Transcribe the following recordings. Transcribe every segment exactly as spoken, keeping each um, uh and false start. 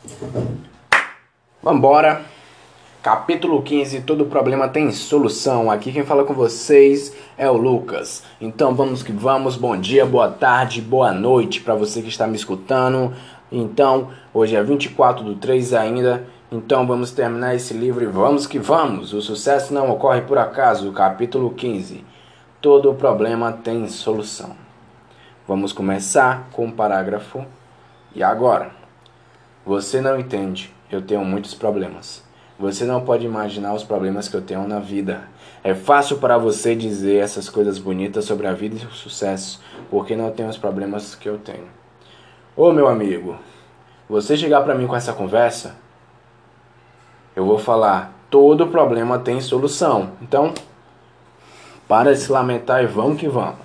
Vambora! Capítulo quinze, todo problema tem solução. Aqui quem fala com vocês é o Lucas. Então vamos que vamos, bom dia, boa tarde, boa noite para você que está me escutando. Então, hoje é vinte e quatro do três ainda, então vamos terminar esse livro e vamos que vamos. O sucesso não ocorre por acaso, capítulo quinze. Todo problema tem solução. Vamos começar com o parágrafo. E agora? Você não entende, eu tenho muitos problemas. Você não pode imaginar os problemas que eu tenho na vida. É fácil para você dizer essas coisas bonitas sobre a vida e o sucesso, porque não tem os problemas que eu tenho. Ô meu amigo, você chegar para mim com essa conversa, eu vou falar, todo problema tem solução. Então, para de se lamentar e vamos que vamos.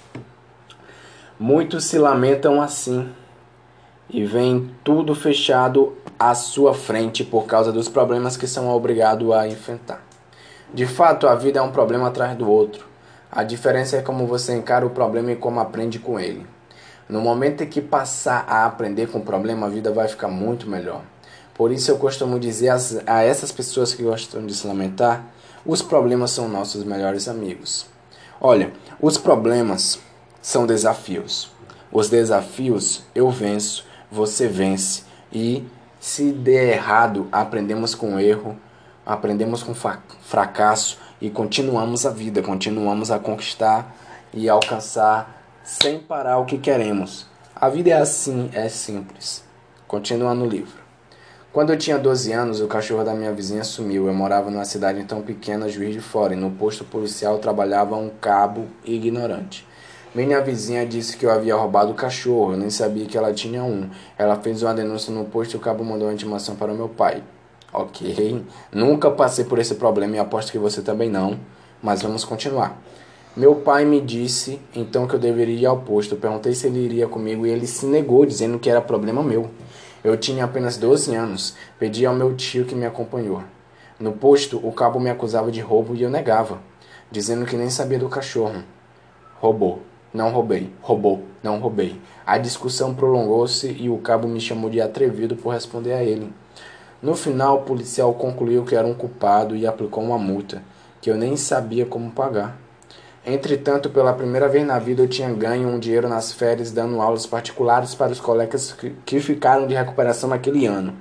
Muitos se lamentam assim e vem tudo fechado à sua frente por causa dos problemas que são obrigados a enfrentar. De fato, a vida é um problema atrás do outro. A diferença é como você encara o problema e como aprende com ele. No momento em que passar a aprender com o problema, a vida vai ficar muito melhor. Por isso eu costumo dizer a essas pessoas que gostam de se lamentar, os problemas são nossos melhores amigos. Olha, os problemas são desafios. Os desafios eu venço, você vence. E se der errado, aprendemos com o erro, aprendemos com fracasso e continuamos a vida, continuamos a conquistar e alcançar sem parar o que queremos. A vida é assim, é simples. Continua no livro. Quando eu tinha doze anos, o cachorro da minha vizinha sumiu. Eu morava numa cidade tão pequena, Juiz de Fora, e no posto policial trabalhava um cabo ignorante. Minha vizinha disse que eu havia roubado o cachorro, eu nem sabia que ela tinha um. Ela fez uma denúncia no posto e o cabo mandou uma intimação para o meu pai. Ok, nunca passei por esse problema e aposto que você também não, mas vamos continuar. Meu pai me disse então que eu deveria ir ao posto. Eu perguntei se ele iria comigo e ele se negou, dizendo que era problema meu. Eu tinha apenas doze anos, pedi ao meu tio que me acompanhou. No posto, o cabo me acusava de roubo e eu negava, dizendo que nem sabia do cachorro. Roubou. Não roubei. Roubou. Não roubei. A discussão prolongou-se e o cabo me chamou de atrevido por responder a ele. No final, o policial concluiu que era um culpado e aplicou uma multa, que eu nem sabia como pagar. Entretanto, pela primeira vez na vida eu tinha ganho um dinheiro nas férias dando aulas particulares para os colegas que ficaram de recuperação naquele ano.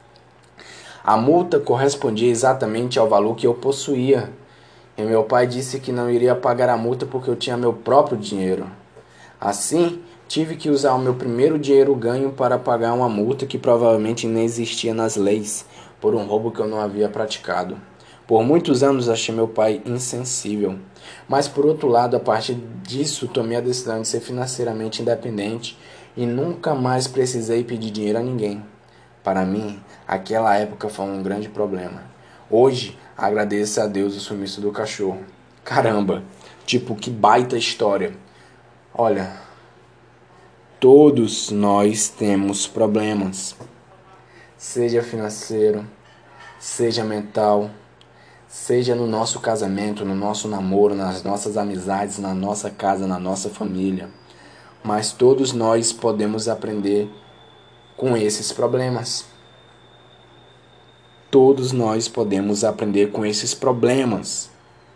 A multa correspondia exatamente ao valor que eu possuía. E meu pai disse que não iria pagar a multa porque eu tinha meu próprio dinheiro. Assim, tive que usar o meu primeiro dinheiro ganho para pagar uma multa que provavelmente nem existia nas leis, por um roubo que eu não havia praticado. Por muitos anos achei meu pai insensível. Mas por outro lado, a partir disso, tomei a decisão de ser financeiramente independente e nunca mais precisei pedir dinheiro a ninguém. Para mim, aquela época foi um grande problema. Hoje, agradeço a Deus o sumiço do cachorro. Caramba, tipo, que baita história. Olha, todos nós temos problemas. Seja financeiro, seja mental, seja no nosso casamento, no nosso namoro, nas nossas amizades, na nossa casa, na nossa família. Mas todos nós podemos aprender com esses problemas. Todos nós podemos aprender com esses problemas.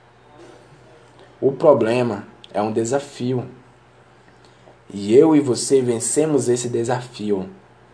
O problema é um desafio. E eu e você vencemos esse desafio.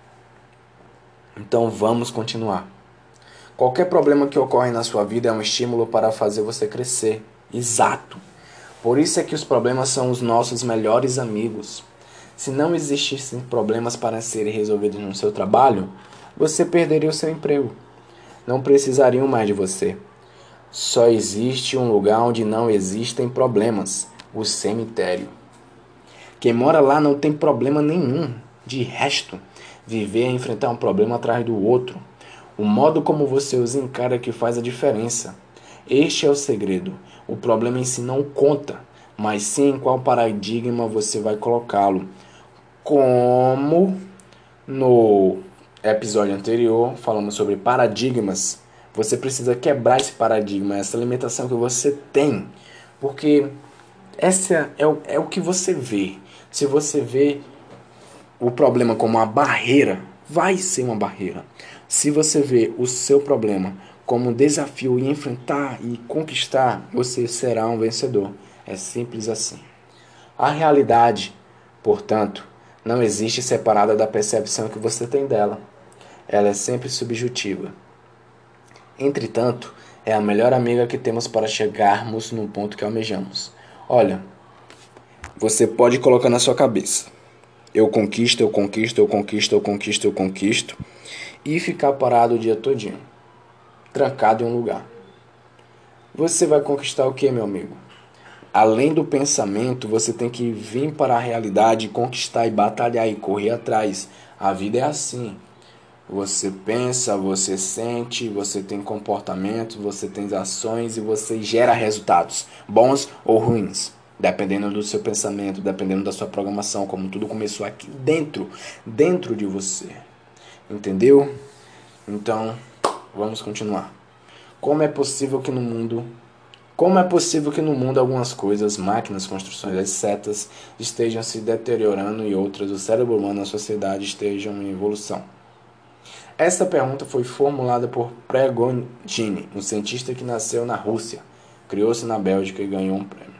Então vamos continuar. Qualquer problema que ocorre na sua vida é um estímulo para fazer você crescer. Exato. Por isso é que os problemas são os nossos melhores amigos. Se não existissem problemas para serem resolvidos no seu trabalho, você perderia o seu emprego. Não precisariam mais de você. Só existe um lugar onde não existem problemas: o cemitério. Quem mora lá não tem problema nenhum. De resto, viver é enfrentar um problema atrás do outro. O modo como você os encara que faz a diferença. Este é o segredo. O problema em si não conta, mas sim em qual paradigma você vai colocá-lo. Como no episódio anterior falamos sobre paradigmas, você precisa quebrar esse paradigma, essa limitação que você tem, porque essa é o, é o que você vê. Se você vê o problema como uma barreira, vai ser uma barreira. Se você vê o seu problema como um desafio e enfrentar e conquistar, você será um vencedor. É simples assim. A realidade, portanto, não existe separada da percepção que você tem dela. Ela é sempre subjetiva. Entretanto, é a melhor amiga que temos para chegarmos no ponto que almejamos. Olha, você pode colocar na sua cabeça: eu conquisto, eu conquisto, eu conquisto, eu conquisto, eu conquisto, e ficar parado o dia todinho, trancado em um lugar. Você vai conquistar o que, meu amigo? Além do pensamento, você tem que vir para a realidade, conquistar e batalhar e correr atrás. A vida é assim. Você pensa, você sente, você tem comportamentos, você tem ações e você gera resultados, bons ou ruins, dependendo do seu pensamento, dependendo da sua programação, como tudo começou aqui dentro, dentro de você. Entendeu? Então, vamos continuar. Como é possível que no mundo Como é possível que no mundo algumas coisas, máquinas, construções, etcétera, estejam se deteriorando e outras, o cérebro humano e a sociedade, estejam em evolução? Essa pergunta foi formulada por Prigogine, um cientista que nasceu na Rússia, criou-se na Bélgica e ganhou um prêmio.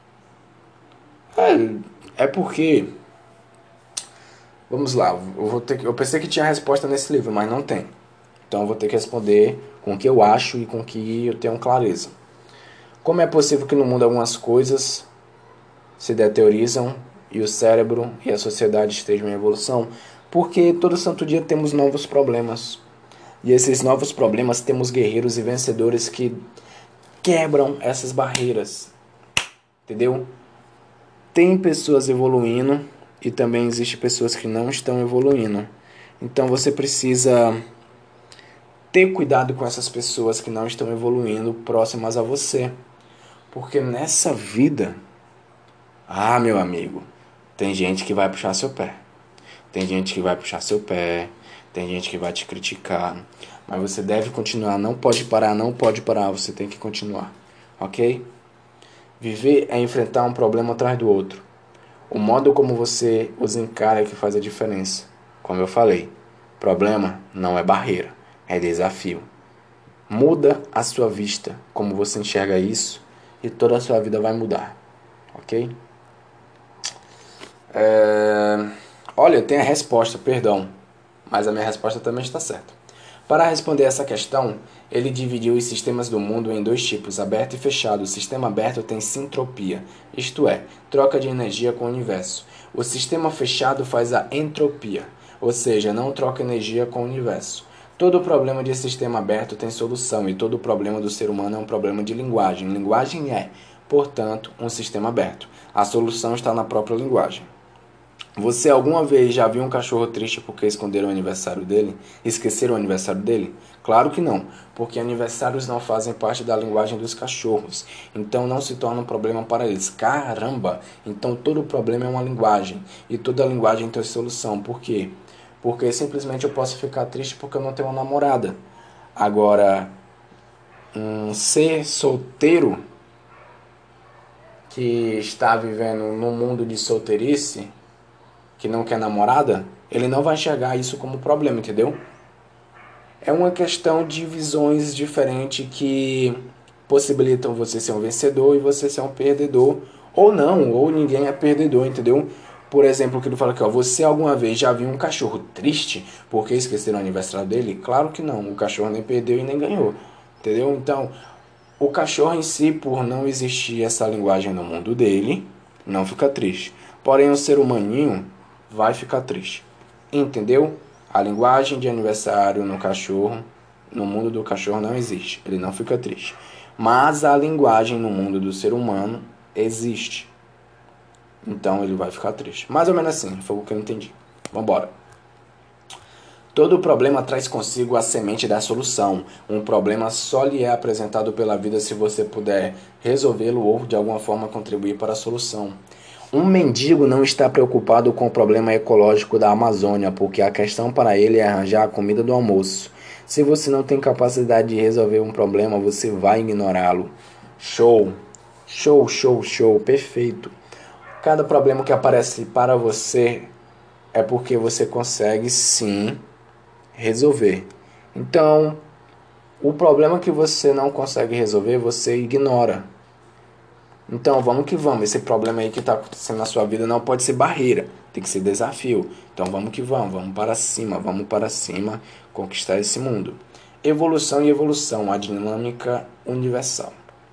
É, é porque... Vamos lá, eu, vou ter que, eu pensei que tinha resposta nesse livro, mas não tem. Então eu vou ter que responder com o que eu acho e com o que eu tenho clareza. Como é possível que no mundo algumas coisas se deteriorizam e o cérebro e a sociedade estejam em evolução? Porque todo santo dia temos novos problemas. E esses novos problemas temos guerreiros e vencedores que quebram essas barreiras. Entendeu? Tem pessoas evoluindo e também existem pessoas que não estão evoluindo. Então você precisa ter cuidado com essas pessoas que não estão evoluindo próximas a você. Porque nessa vida, ah, meu amigo, tem gente que vai puxar seu pé. Tem gente que vai puxar seu pé. Tem gente que vai te criticar. Mas você deve continuar. Não pode parar, não pode parar. Você tem que continuar. Ok? Viver é enfrentar um problema atrás do outro. O modo como você os encara é que faz a diferença. Como eu falei, problema não é barreira, é desafio. Muda a sua vista, como você enxerga isso, e toda a sua vida vai mudar. Ok? É... Olha, tem a resposta, perdão. Mas a minha resposta também está certa. Para responder essa questão, ele dividiu os sistemas do mundo em dois tipos, aberto e fechado. O sistema aberto tem sintropia, isto é, troca de energia com o universo. O sistema fechado faz a entropia, ou seja, não troca energia com o universo. Todo problema de sistema aberto tem solução e todo problema do ser humano é um problema de linguagem. Linguagem é, portanto, um sistema aberto. A solução está na própria linguagem. Você alguma vez já viu um cachorro triste porque esconderam o aniversário dele? Esqueceram o aniversário dele? Claro que não, porque aniversários não fazem parte da linguagem dos cachorros. Então não se torna um problema para eles. Caramba! Então todo problema é uma linguagem. E toda linguagem tem solução. Por quê? Porque simplesmente eu posso ficar triste porque eu não tenho uma namorada. Agora, um ser solteiro que está vivendo num mundo de solteirice, que não quer namorada, ele não vai enxergar isso como problema, entendeu? É uma questão de visões diferentes que possibilitam você ser um vencedor e você ser um perdedor, ou não, ou ninguém é perdedor, entendeu? Por exemplo, que ele fala aqui, ó, você alguma vez já viu um cachorro triste porque esqueceram o aniversário dele? Claro que não, o cachorro nem perdeu e nem ganhou, entendeu? Então, o cachorro em si, por não existir essa linguagem no mundo dele, não fica triste. Porém, o ser humaninho vai ficar triste. Entendeu? A linguagem de aniversário no cachorro, no mundo do cachorro não existe. Ele não fica triste. Mas a linguagem no mundo do ser humano existe. Então ele vai ficar triste. Mais ou menos assim, foi o que eu entendi. Vambora. Todo problema traz consigo a semente da solução. Um problema só lhe é apresentado pela vida se você puder resolvê-lo ou de alguma forma contribuir para a solução. Um mendigo não está preocupado com o problema ecológico da Amazônia, porque a questão para ele é arranjar a comida do almoço. Se você não tem capacidade de resolver um problema, você vai ignorá-lo. Show! Show, show, show, perfeito. Cada problema que aparece para você é porque você consegue sim resolver. Então, o problema que você não consegue resolver, você ignora. Então, vamos que vamos. Esse problema aí que está acontecendo na sua vida não pode ser barreira, tem que ser desafio. Então, vamos que vamos, vamos para cima, vamos para cima, conquistar esse mundo. Evolução e evolução, a dinâmica universal.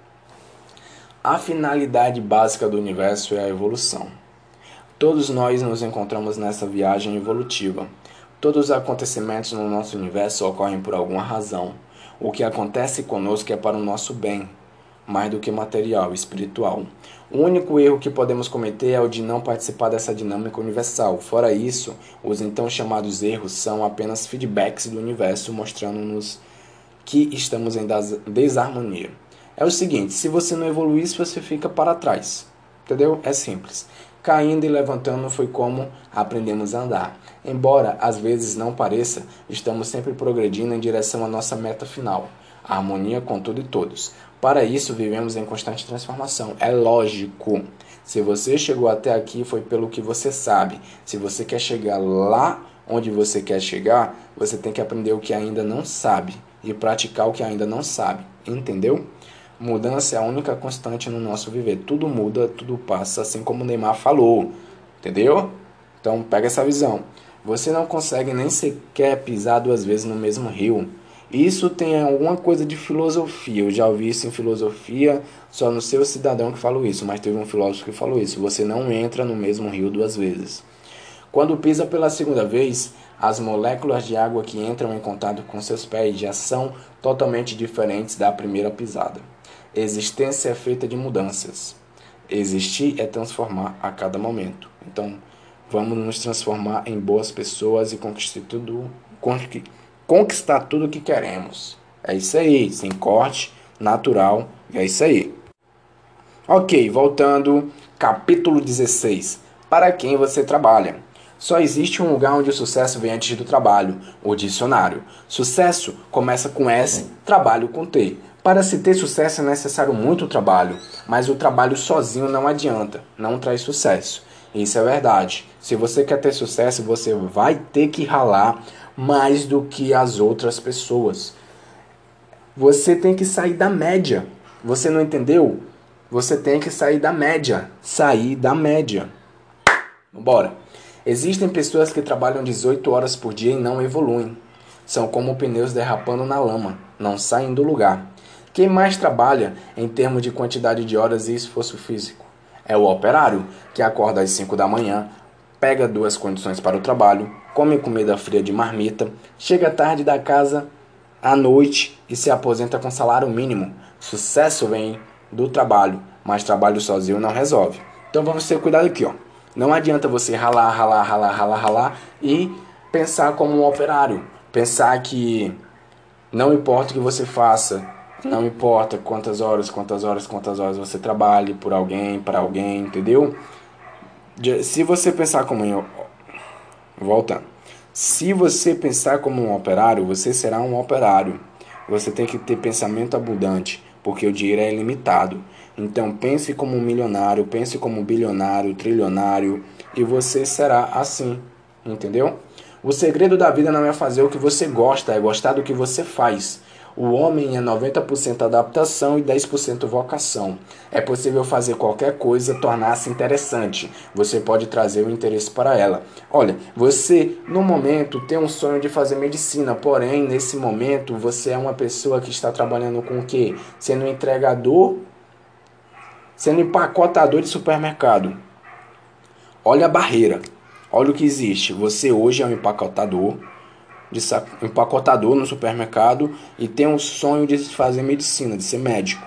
A finalidade básica do universo é a evolução. Todos nós nos encontramos nessa viagem evolutiva. Todos os acontecimentos no nosso universo ocorrem por alguma razão. O que acontece conosco é para o nosso bem, mais do que material, espiritual. O único erro que podemos cometer é o de não participar dessa dinâmica universal. Fora isso, os então chamados erros são apenas feedbacks do universo mostrando-nos que estamos em desarmonia. É o seguinte, se você não evoluir, você fica para trás. Entendeu? É simples. Caindo e levantando foi como aprendemos a andar. Embora às vezes não pareça, estamos sempre progredindo em direção à nossa meta final, a harmonia com tudo e todos. Para isso, vivemos em constante transformação. É lógico. Se você chegou até aqui, foi pelo que você sabe. Se você quer chegar lá onde você quer chegar, você tem que aprender o que ainda não sabe e praticar o que ainda não sabe. Entendeu? Mudança é a única constante no nosso viver. Tudo muda, tudo passa, assim como o Neymar falou. Entendeu? Então, pega essa visão. Você não consegue nem sequer pisar duas vezes no mesmo rio. Isso tem alguma coisa de filosofia. Eu já ouvi isso em filosofia, só no seu cidadão que falou isso. Mas teve um filósofo que falou isso. Você não entra no mesmo rio duas vezes. Quando pisa pela segunda vez, as moléculas de água que entram em contato com seus pés já são totalmente diferentes da primeira pisada. Existência é feita de mudanças. Existir é transformar a cada momento. Então, vamos nos transformar em boas pessoas e conquistar tudo, conquistar tudo que queremos. É isso aí, sem corte, natural, é isso aí. Ok, voltando, capítulo dezesseis. Para quem você trabalha? Só existe um lugar onde o sucesso vem antes do trabalho, o dicionário. Sucesso começa com S, trabalho com T. Para se ter sucesso é necessário muito trabalho, mas o trabalho sozinho não adianta, não traz sucesso. Isso é verdade. Se você quer ter sucesso, você vai ter que ralar mais do que as outras pessoas. Você tem que sair da média. Você não entendeu? Você tem que sair da média. Sair da média. Vambora. Existem pessoas que trabalham dezoito horas por dia e não evoluem. São como pneus derrapando na lama, não saem do lugar. Quem mais trabalha em termos de quantidade de horas e esforço físico? É o operário, que acorda às cinco da manhã, pega duas condições para o trabalho, come comida fria de marmita, chega tarde da casa à noite e se aposenta com salário mínimo. Sucesso vem do trabalho, mas trabalho sozinho não resolve. Então vamos ter cuidado aqui, ó. Não adianta você ralar, ralar, ralar, ralar, ralar e pensar como um operário. Pensar que não importa o que você faça, não importa quantas horas, quantas horas, quantas horas você trabalhe por alguém, para alguém, entendeu? Se você pensar como um... Voltando. Se você pensar como um operário, você será um operário. Você tem que ter pensamento abundante, porque o dinheiro é ilimitado. Então pense como um milionário, pense como um bilionário, trilionário, e você será assim, entendeu? O segredo da vida não é fazer o que você gosta, é gostar do que você faz. O homem é noventa por cento adaptação e dez por cento vocação. É possível fazer qualquer coisa tornar-se interessante. Você pode trazer o interesse para ela. Olha, você no momento tem um sonho de fazer medicina, porém nesse momento você é uma pessoa que está trabalhando com o quê? Sendo entregador, sendo empacotador de supermercado. Olha a barreira, olha o que existe. Você hoje é um empacotador, de empacotador no supermercado e tem um sonho de fazer medicina, de ser médico.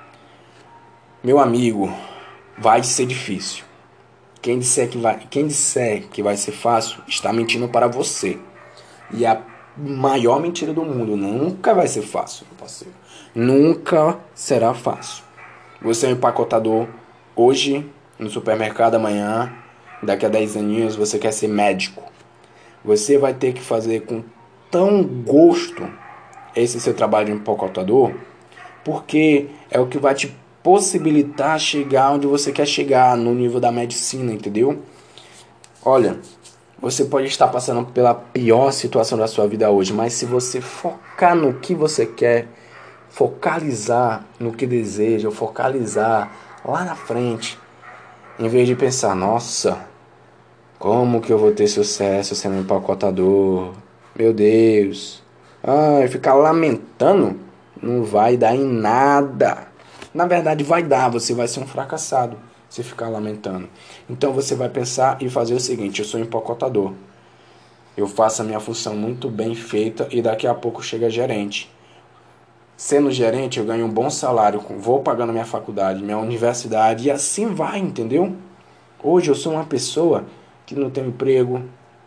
Meu amigo, vai ser difícil. Quem disser que vai, quem disser que vai ser fácil está mentindo para você. E a maior mentira do mundo, nunca vai ser fácil, parceiro. Nunca será fácil. Você é um empacotador hoje no supermercado, amanhã, daqui a dez aninhos você quer ser médico. Você vai ter que fazer com tão gosto esse seu trabalho de empacotador, porque é o que vai te possibilitar chegar onde você quer chegar, no nível da medicina, entendeu? Olha, Você pode estar passando pela pior situação da sua vida hoje, mas se você focar no que você quer, focalizar no que deseja, focalizar lá na frente, em vez de pensar, nossa, como que eu vou ter sucesso sendo empacotador? Meu Deus. Ah, ficar lamentando não vai dar em nada. Na verdade vai dar, você vai ser um fracassado se ficar lamentando. Então você vai pensar e fazer o seguinte, eu sou empacotador. Eu faço a minha função muito bem feita e daqui a pouco chega gerente. Sendo gerente, eu ganho um bom salário, vou pagando minha faculdade, minha universidade e assim vai, entendeu? Hoje eu sou uma pessoa que não tem emprego,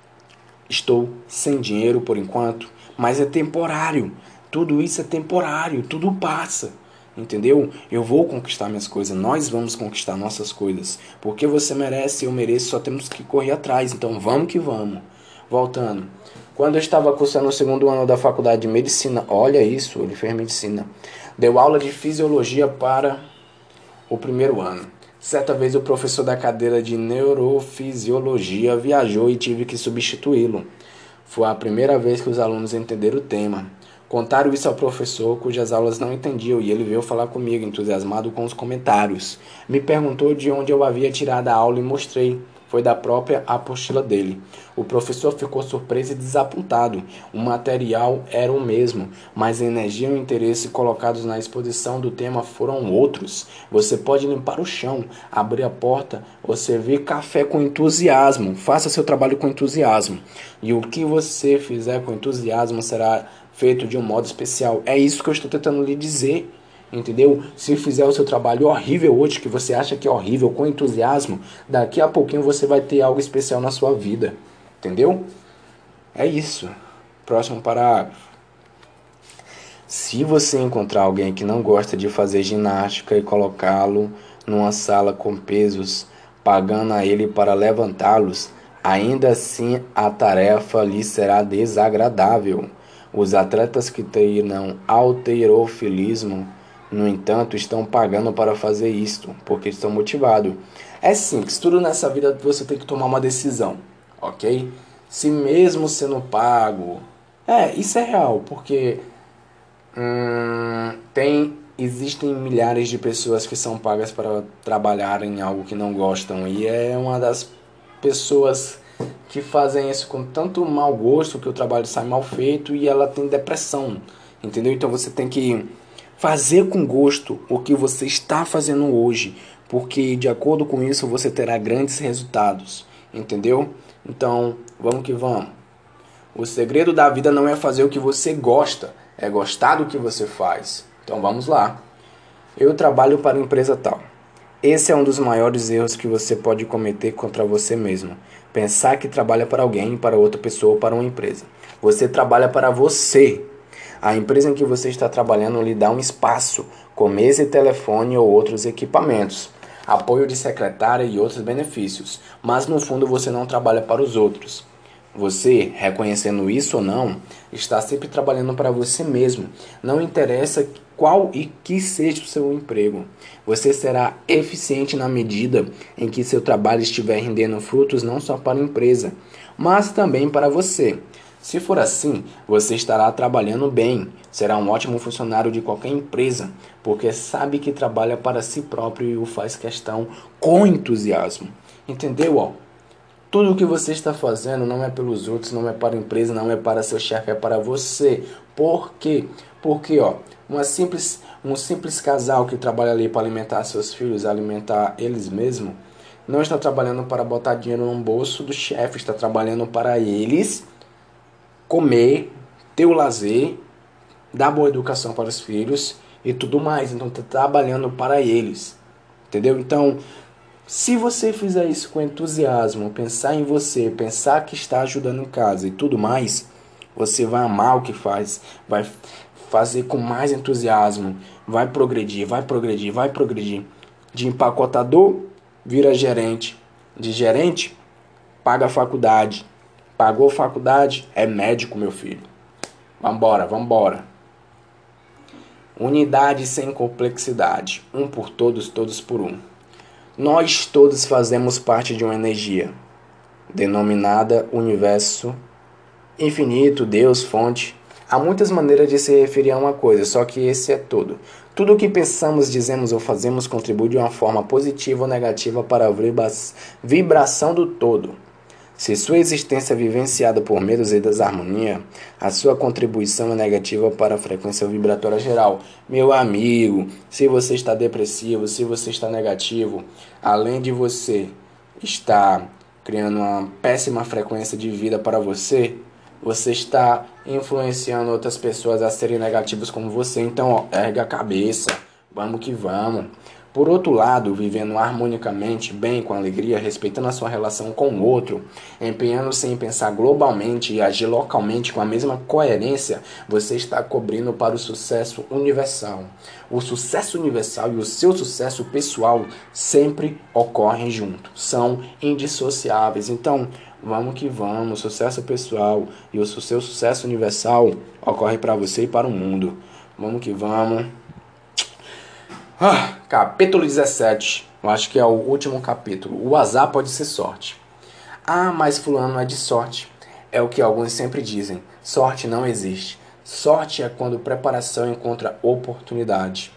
estou sem dinheiro por enquanto, mas é temporário. Tudo isso é temporário, tudo passa. Entendeu? Eu vou conquistar minhas coisas, nós vamos conquistar nossas coisas. Porque você merece, eu mereço, só temos que correr atrás. Então vamos que vamos. Voltando. Quando eu estava cursando o segundo ano da faculdade de medicina, olha isso, ele fez medicina. Deu aula de fisiologia para o primeiro ano. Certa vez o professor da cadeira de neurofisiologia viajou e tive que substituí-lo. Foi a primeira vez que os alunos entenderam o tema. Contaram isso ao professor, cujas aulas não entendiam, e ele veio falar comigo, entusiasmado com os comentários. Me perguntou de onde eu havia tirado a aula e mostrei. Foi da própria apostila dele. O professor ficou surpreso e desapontado. O material era o mesmo, mas a energia e o interesse colocados na exposição do tema foram outros. Você pode limpar o chão, abrir a porta ou servir café com entusiasmo. Faça seu trabalho com entusiasmo. E o que você fizer com entusiasmo será feito de um modo especial. É isso que eu estou tentando lhe dizer. Entendeu? Se fizer o seu trabalho horrível hoje, que você acha que é horrível, com entusiasmo, daqui a pouquinho você vai ter algo especial na sua vida. Entendeu? É isso. Próximo parágrafo. Se você encontrar alguém que não gosta de fazer ginástica e colocá-lo numa sala com pesos, pagando a ele para levantá-los, ainda assim a tarefa lhe será desagradável. Os atletas que treinam halterofilismo, no entanto, estão pagando para fazer isto, porque estão motivados. É simples, tudo nessa vida você tem que tomar uma decisão, ok? Se mesmo sendo pago... É, isso é real, porque hum, tem, existem milhares de pessoas que são pagas para trabalhar em algo que não gostam, e é uma das pessoas que fazem isso com tanto mau gosto que o trabalho sai mal feito e ela tem depressão, entendeu? Então você tem que fazer com gosto o que você está fazendo hoje, porque de acordo com isso você terá grandes resultados, entendeu? Então, vamos que vamos. O segredo da vida não é fazer o que você gosta, é gostar do que você faz. Então vamos lá. Eu trabalho para a empresa tal. Esse é um dos maiores erros que você pode cometer contra você mesmo. Pensar que trabalha para alguém, para outra pessoa ou para uma empresa. Você trabalha para você. A empresa em que você está trabalhando lhe dá um espaço, com mesa e telefone ou outros equipamentos, apoio de secretária e outros benefícios. Mas no fundo você não trabalha para os outros. Você, reconhecendo isso ou não, está sempre trabalhando para você mesmo. Não interessa qual e que seja o seu emprego. Você será eficiente na medida em que seu trabalho estiver rendendo frutos não só para a empresa, mas também para você. Se for assim, você estará trabalhando bem, será um ótimo funcionário de qualquer empresa, porque sabe que trabalha para si próprio e o faz questão com entusiasmo. Entendeu, ó? Tudo o que você está fazendo não é pelos outros, não é para a empresa, não é para seu chefe, é para você. Por quê? Porque, ó, uma simples, um simples casal que trabalha ali para alimentar seus filhos, alimentar eles mesmos, não está trabalhando para botar dinheiro no bolso do chefe, está trabalhando para eles comer, ter o lazer, dar boa educação para os filhos e tudo mais. Então, está trabalhando para eles. Entendeu? Então, se você fizer isso com entusiasmo, pensar em você, pensar que está ajudando em casa e tudo mais, você vai amar o que faz, vai fazer com mais entusiasmo, vai progredir, vai progredir, vai progredir. De empacotador, vira gerente. De gerente, paga a faculdade. Pagou faculdade, é médico, meu filho. Vambora, vambora. Unidade sem complexidade. Um por todos, todos por um. Nós todos fazemos parte de uma energia. denominada universo infinito, Deus, fonte. Há muitas maneiras de se referir a uma coisa, só que esse é tudo. Tudo o que pensamos, dizemos ou fazemos contribui de uma forma positiva ou negativa para a vibração do todo. Se sua existência é vivenciada por medos e desarmonia, a sua contribuição é negativa para a frequência vibratória geral. Meu amigo, se você está depressivo, se você está negativo, além de você estar criando uma péssima frequência de vida para você, você está influenciando outras pessoas a serem negativas como você. Então, ó, erga a cabeça, vamos que vamos. Por outro lado, vivendo harmonicamente, bem, com alegria, respeitando a sua relação com o outro, empenhando-se em pensar globalmente e agir localmente com a mesma coerência, você está cobrindo para o sucesso universal. O sucesso universal e o seu sucesso pessoal sempre ocorrem juntos, são indissociáveis. Então, vamos que vamos, o sucesso pessoal e o seu sucesso universal ocorre para você e para o mundo. Vamos que vamos. Ah, capítulo dezessete, eu acho que é o último capítulo. O azar pode ser sorte. Ah, mas fulano é de sorte. É o que alguns sempre dizem. Sorte não existe. Sorte é quando preparação encontra oportunidade.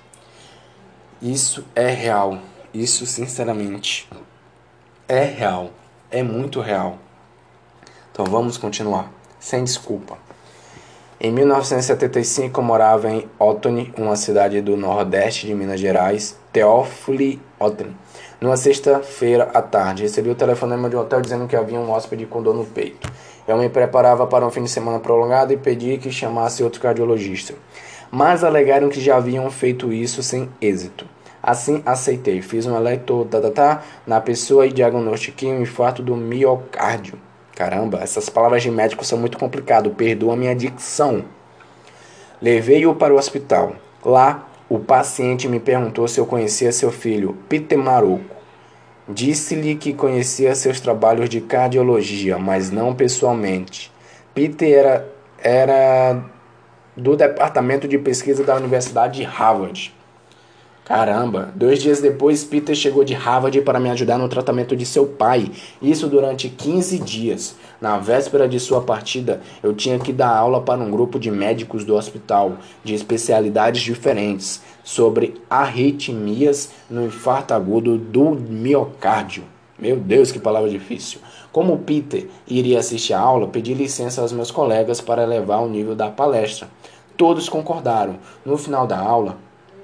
Isso é real. Isso, sinceramente, é real. É muito real. Então vamos continuar. Sem desculpa. Em mil novecentos e setenta e cinco, eu morava em Ottoni, uma cidade do nordeste de Minas Gerais, Teófilo Otoni. Numa sexta-feira à tarde, recebi o telefonema de um hotel dizendo que havia um hóspede com dor no peito. Eu me preparava para um fim de semana prolongado e pedi que chamasse outro cardiologista. Mas alegaram que já haviam feito isso sem êxito. Assim, aceitei. Fiz um eletrotatá na pessoa e diagnostiquei um infarto do miocárdio. Caramba, essas palavras de médico são muito complicadas, perdoa a minha dicção. Levei-o para o hospital. Lá, o paciente me perguntou se eu conhecia seu filho, Peter Maroco. Disse-lhe que conhecia seus trabalhos de cardiologia, mas não pessoalmente. Peter era, era do departamento de pesquisa da Universidade de Harvard. Caramba, dois dias depois, Peter chegou de Harvard para me ajudar no tratamento de seu pai. Isso durante quinze dias. Na véspera de sua partida, eu tinha que dar aula para um grupo de médicos do hospital, de especialidades diferentes, sobre arritmias no infarto agudo do miocárdio. Meu Deus, que palavra difícil. Como Peter iria assistir a aula, pedi licença aos meus colegas para elevar o nível da palestra. Todos concordaram. No final da aula,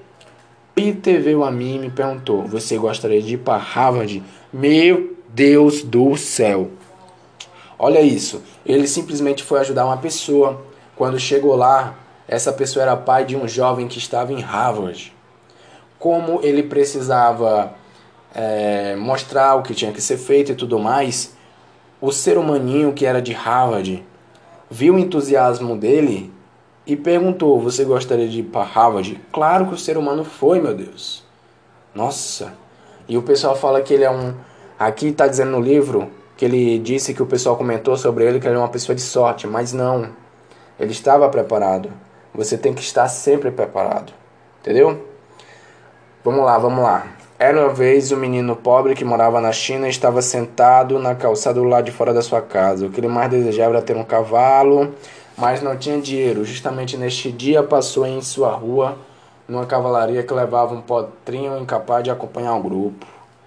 Peter veio a mim e me perguntou: você gostaria de ir para Harvard? Meu Deus do céu! Olha isso, ele simplesmente foi ajudar uma pessoa. Quando chegou lá, essa pessoa era pai de um jovem que estava em Harvard. Como ele precisava é, mostrar o que tinha que ser feito e tudo mais, o ser humaninho que era de Harvard viu o entusiasmo dele e perguntou: você gostaria de ir para Harvard? Claro que o ser humano foi, meu Deus. Nossa. E o pessoal fala que ele é um... Aqui está dizendo no livro que ele disse que o pessoal comentou sobre ele que ele é uma pessoa de sorte. Mas não. Ele estava preparado. Você tem que estar sempre preparado. Entendeu? Vamos lá, vamos lá. Era uma vez um menino pobre que morava na China e estava sentado na calçada do lado de fora da sua casa. O que ele mais desejava era ter um cavalo, mas não tinha dinheiro. Justamente neste dia passou em sua rua numa cavalaria que levava um potrinho incapaz de acompanhar o grupo.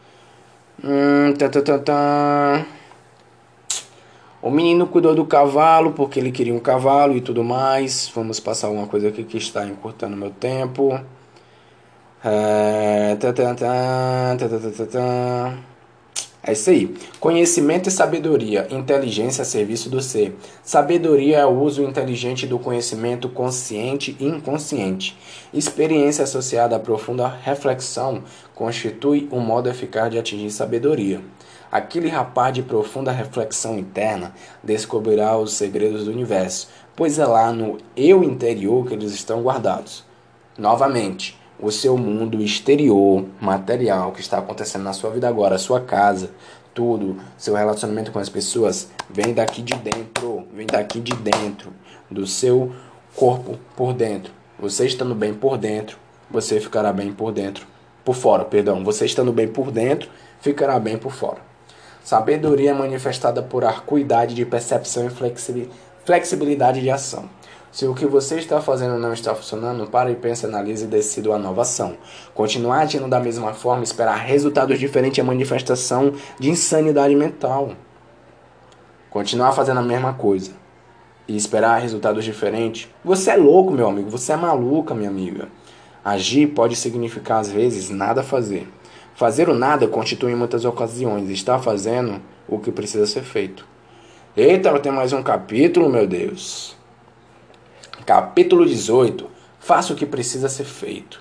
Hum, tá, tá, tá, tá. O menino cuidou do cavalo porque ele queria um cavalo e tudo mais. Vamos passar uma coisa aqui que está encurtando meu tempo. É, tá, tá, tá, tá, tá, tá, tá. É isso aí. Conhecimento e sabedoria. Inteligência a serviço do ser. Sabedoria é o uso inteligente do conhecimento consciente e inconsciente. Experiência associada a profunda reflexão constitui um modo eficaz de atingir sabedoria. Aquele rapaz de profunda reflexão interna descobrirá os segredos do universo, pois é lá no eu interior que eles estão guardados. Novamente, o seu mundo exterior, material, que está acontecendo na sua vida agora, a sua casa, tudo, seu relacionamento com as pessoas, vem daqui de dentro, vem daqui de dentro, do seu corpo por dentro. Você estando bem por dentro, você ficará bem por dentro, por fora, perdão. Você estando bem por dentro, ficará bem por fora. Sabedoria é manifestada por acuidade de percepção e flexibilidade de ação. Se o que você está fazendo não está funcionando, pare e pense, analise e decida uma nova ação. Continuar agindo da mesma forma e esperar resultados diferentes é manifestação de insanidade mental. Continuar fazendo a mesma coisa e esperar resultados diferentes, você é louco, meu amigo, você é maluca, minha amiga. Agir pode significar, às vezes, nada fazer. Fazer o nada constitui em muitas ocasiões estar fazendo o que precisa ser feito. Eita, tem mais um capítulo, meu Deus. Capítulo dezoito. Faça o que precisa ser feito.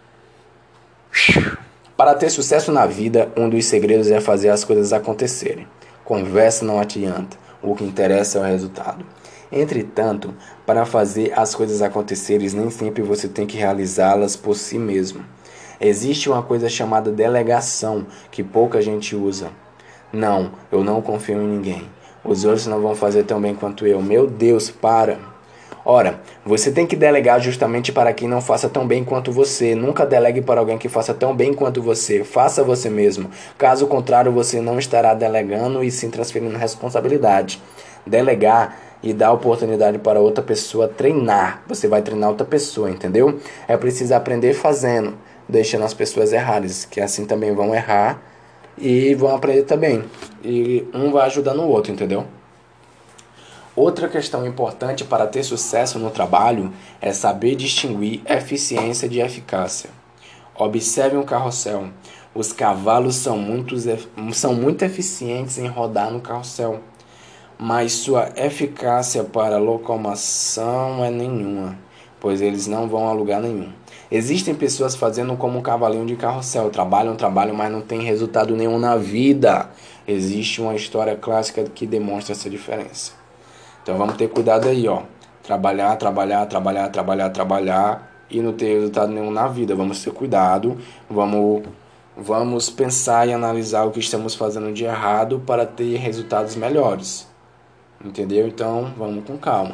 Para ter sucesso na vida, um dos segredos é fazer as coisas acontecerem. Conversa não adianta. O que interessa é o resultado. Entretanto, para fazer as coisas acontecerem, nem sempre você tem que realizá-las por si mesmo. Existe uma coisa chamada delegação, que pouca gente usa. Não, eu não confio em ninguém. Os outros não vão fazer tão bem quanto eu. Meu Deus, para! Ora, você tem que delegar justamente para quem não faça tão bem quanto você. Nunca delegue para alguém que faça tão bem quanto você. Faça você mesmo. Caso contrário, você não estará delegando e sim transferindo responsabilidade. Delegar e dar oportunidade para outra pessoa treinar. Você vai treinar outra pessoa, entendeu? É preciso aprender fazendo, deixando as pessoas erradas, que assim também vão errar e vão aprender também. E um vai ajudando o outro, entendeu? Outra questão importante para ter sucesso no trabalho é saber distinguir eficiência de eficácia. Observe um carrossel. Os cavalos são muito, são muito eficientes em rodar no carrossel, mas sua eficácia para locomoção é nenhuma, pois eles não vão a lugar nenhum. Existem pessoas fazendo como um cavalinho de carrossel, trabalham, trabalham, mas não tem resultado nenhum na vida. Existe uma história clássica que demonstra essa diferença. Então vamos ter cuidado aí, ó. Trabalhar, trabalhar, trabalhar, trabalhar, trabalhar e não ter resultado nenhum na vida. Vamos ter cuidado, vamos, vamos pensar e analisar o que estamos fazendo de errado para ter resultados melhores. Entendeu? Então vamos com calma.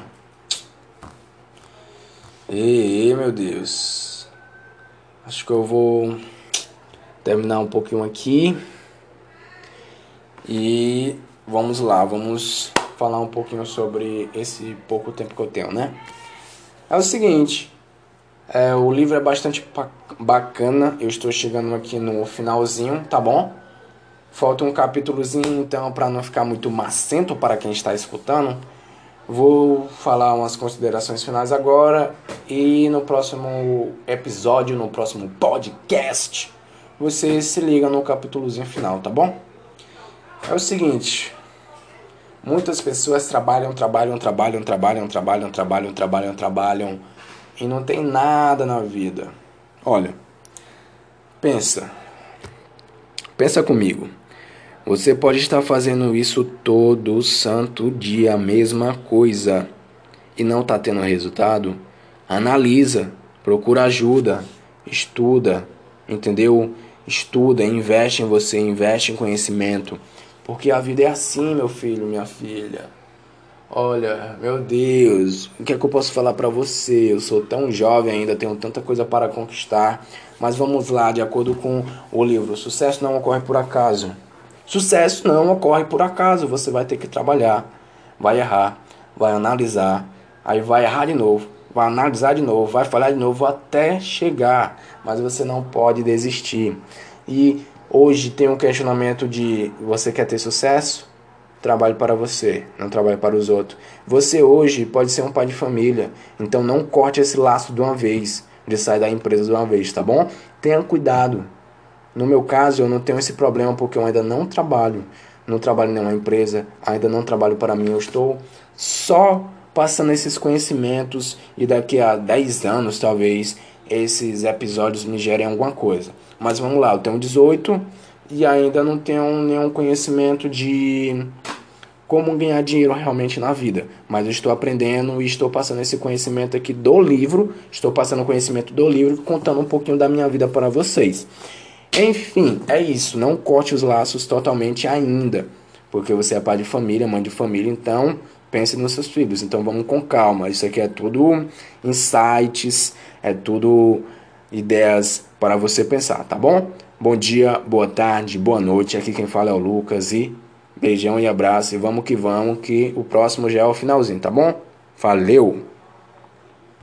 E meu Deus. Acho que eu vou terminar um pouquinho aqui. E vamos lá, vamos falar um pouquinho sobre esse pouco tempo que eu tenho, né? É o seguinte, é, o livro é bastante bacana, eu estou chegando aqui no finalzinho, tá bom? Falta um capítulozinho, então, para não ficar muito macento para quem está escutando, vou falar umas considerações finais agora e no próximo episódio, no próximo podcast, você se liga no capítulozinho final, tá bom? É o seguinte... Muitas pessoas trabalham, trabalham, trabalham, trabalham, trabalham, trabalham, trabalham, trabalham e não tem nada na vida. Olha, pensa, pensa comigo. Você pode estar fazendo isso todo santo dia, a mesma coisa, e não está tendo resultado? Analisa, procura ajuda, estuda, entendeu? Estuda, investe em você, investe em conhecimento. Porque a vida é assim, meu filho, minha filha. Olha, meu Deus, o que é que eu posso falar pra você? Eu sou tão jovem ainda, tenho tanta coisa para conquistar. Mas vamos lá, de acordo com o livro, sucesso não ocorre por acaso. Sucesso não ocorre por acaso, você vai ter que trabalhar, vai errar, vai analisar, aí vai errar de novo, vai analisar de novo, vai falhar de novo até chegar. Mas você não pode desistir. E... hoje tem um questionamento de você quer ter sucesso? Trabalhe para você, não trabalhe para os outros. Você hoje pode ser um pai de família, então não corte esse laço de uma vez, de sair da empresa de uma vez, tá bom? Tenha cuidado. No meu caso, eu não tenho esse problema porque eu ainda não trabalho. Não trabalho em nenhuma empresa, ainda não trabalho para mim. Eu estou só passando esses conhecimentos e daqui a dez anos, talvez, esses episódios me gerem alguma coisa. Mas vamos lá, eu tenho dezoito e ainda não tenho nenhum conhecimento de como ganhar dinheiro realmente na vida. Mas eu estou aprendendo e estou passando esse conhecimento aqui do livro. Estou passando o conhecimento do livro, contando um pouquinho da minha vida para vocês. Enfim, é isso. Não corte os laços totalmente ainda. Porque você é pai de família, mãe de família, então pense nos seus filhos. Então vamos com calma. Isso aqui é tudo insights, é tudo ideias para você pensar, tá bom? Bom dia, boa tarde, boa noite. Aqui quem fala é o Lucas e Beijão e abraço e vamos que vamos, que o próximo já é o finalzinho, tá bom? Valeu!